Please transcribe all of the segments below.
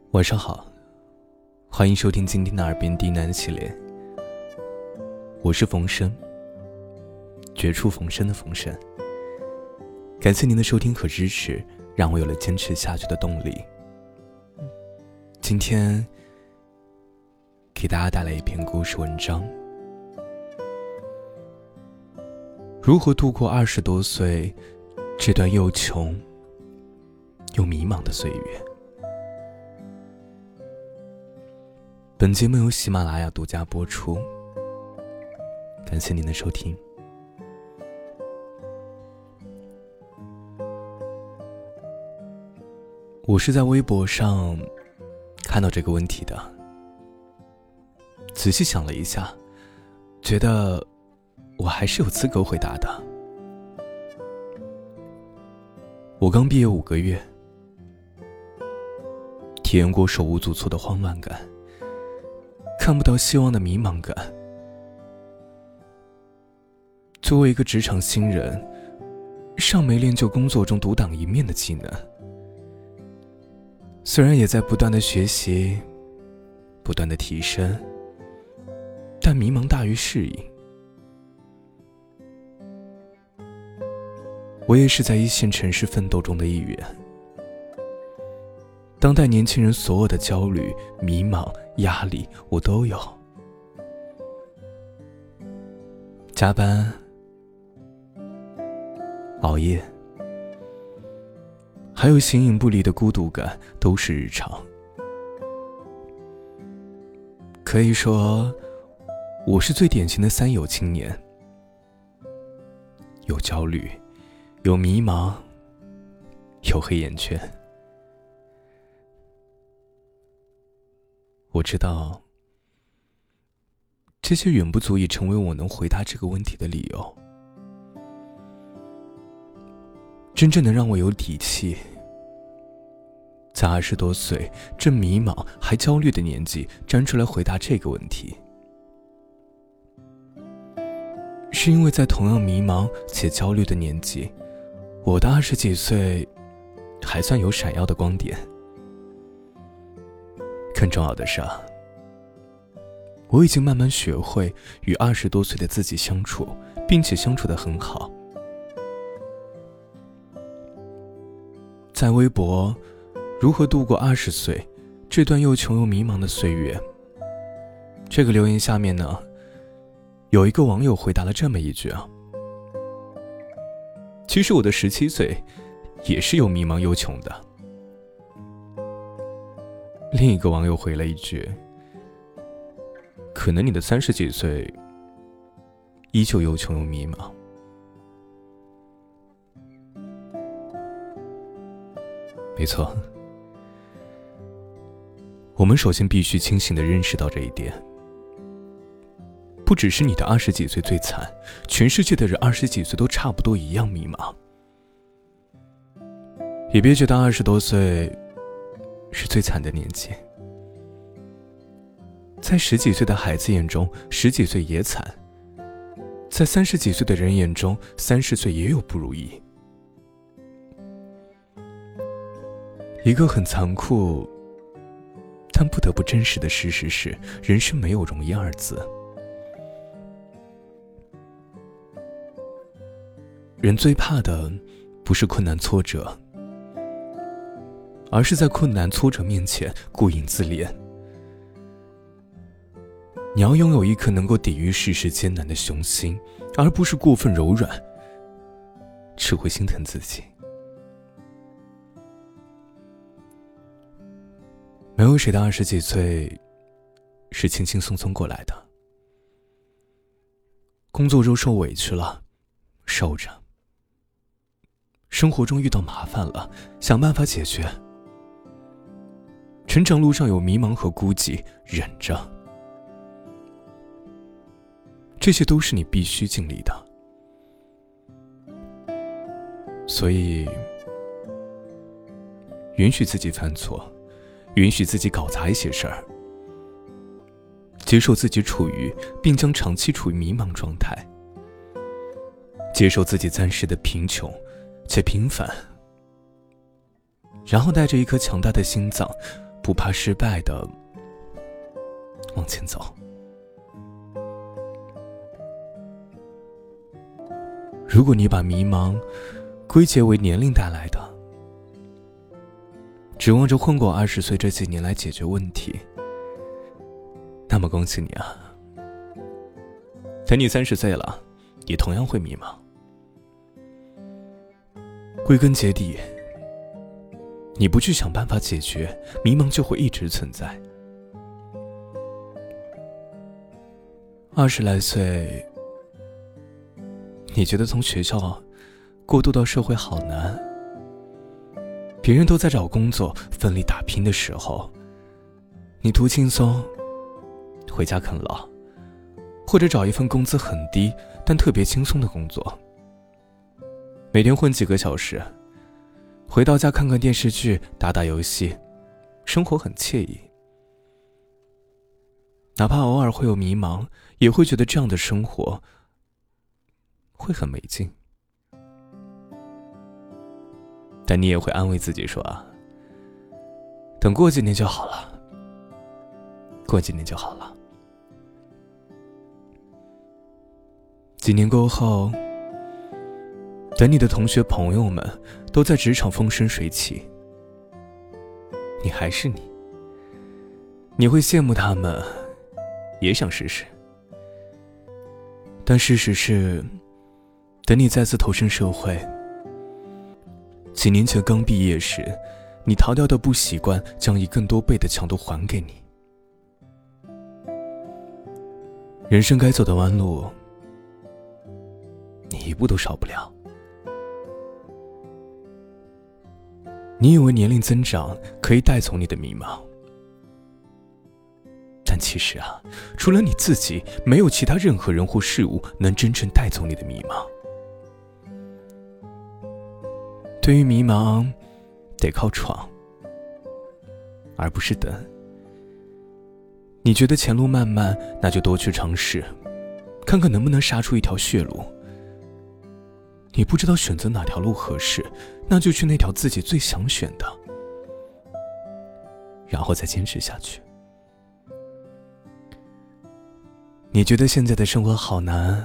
晚上好，欢迎收听今天的耳边低喃系列，我是冯生，绝处逢生的冯生。感谢您的收听和支持，让我有了坚持下去的动力。今天给大家带来一篇故事文章，如何度过20多岁这段又穷又迷茫的岁月。本节目由喜马拉雅独家播出，感谢您的收听。我是在微博上看到这个问题的，仔细想了一下，觉得我还是有资格回答的。我刚毕业5个月，体验过手无足措的慌乱感，看不到希望的迷茫感。作为一个职场新人，尚没练就工作中独当一面的技能，虽然也在不断的学习，不断的提升，但迷茫大于适应。我也是在一线城市奋斗中的一员，当代年轻人所有的焦虑、迷茫、压力我都有，加班、熬夜，还有形影不离的孤独感都是日常。可以说，我是最典型的三有青年，有焦虑，有迷茫，有黑眼圈。我知道，这些远不足以成为我能回答这个问题的理由。真正能让我有底气，在20多岁正迷茫还焦虑的年纪站出来回答这个问题，是因为在同样迷茫且焦虑的年纪，我的20几岁还算有闪耀的光点。更重要的是，我已经慢慢学会与20多岁的自己相处，并且相处得很好。在微博如何度过20岁这段又穷又迷茫的岁月，这个留言下面呢，有一个网友回答了这么一句其实我的17岁也是又迷茫又穷的。另一个网友回了一句，可能你的30几岁依旧又穷又迷茫。没错，我们首先必须清醒地认识到这一点，不只是你的20几岁最惨，全世界的人20几岁都差不多一样迷茫。也别觉得20多岁是最惨的年纪，在10几岁的孩子眼中10几岁也惨，在30几岁的人眼中30岁也有不如意。一个很残酷但不得不真实的事实是，人生没有容易2字。人最怕的不是困难挫折，而是在困难挫折面前顾影自怜。你要拥有一颗能够抵御世事艰难的雄心，而不是过分柔软，只会心疼自己。没有谁的20几岁是轻轻松松过来的。工作中受委屈了，受着；生活中遇到麻烦了，想办法解决；成长路上有迷茫和孤寂，忍着。这些都是你必须经历的。所以，允许自己犯错，允许自己搞砸一些事儿，接受自己处于并将长期处于迷茫状态，接受自己暂时的贫穷且平凡，然后带着一颗强大的心脏， 不怕失败的往前走。如果你把迷茫归结为年龄带来的，指望着混过20岁这几年来解决问题，那么恭喜你啊，等你30岁了，也同样会迷茫。归根结底，你不去想办法解决，迷茫就会一直存在。20来岁，你觉得从学校过渡到社会好难，别人都在找工作奋力打拼的时候，你图轻松回家啃老，或者找一份工资很低但特别轻松的工作，每天混几个小时，回到家看看电视剧，打打游戏，生活很惬意。哪怕偶尔会有迷茫，也会觉得这样的生活会很没劲。但你也会安慰自己说啊，等过几年就好了，过几年就好了。几年过后，等你的同学朋友们都在职场风生水起，你还是你，你会羡慕他们，也想试试。但事实是，等你再次投身社会，几年前刚毕业时，你逃掉的不习惯将以更多倍的强度还给你。人生该走的弯路，你一步都少不了。你以为年龄增长可以带走你的迷茫，但其实啊，除了你自己，没有其他任何人或事物能真正带走你的迷茫。对于迷茫，得靠闯，而不是等。你觉得前路漫漫，那就多去尝试，看看能不能杀出一条血路。你不知道选择哪条路合适，那就去那条自己最想选的，然后再坚持下去。你觉得现在的生活好难，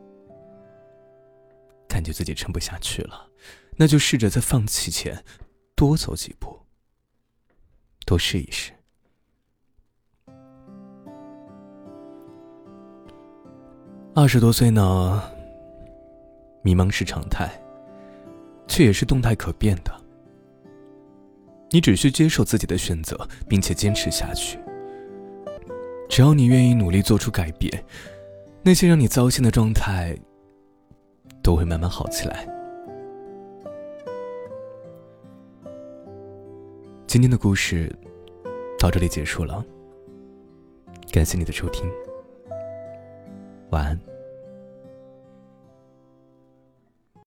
感觉自己撑不下去了，那就试着在放弃前多走几步，多试一试。20多岁呢，迷茫是常态，却也是动态可变的。你只需接受自己的选择，并且坚持下去。只要你愿意努力做出改变，那些让你糟心的状态都会慢慢好起来。今天的故事到这里结束了，感谢你的收听，晚安。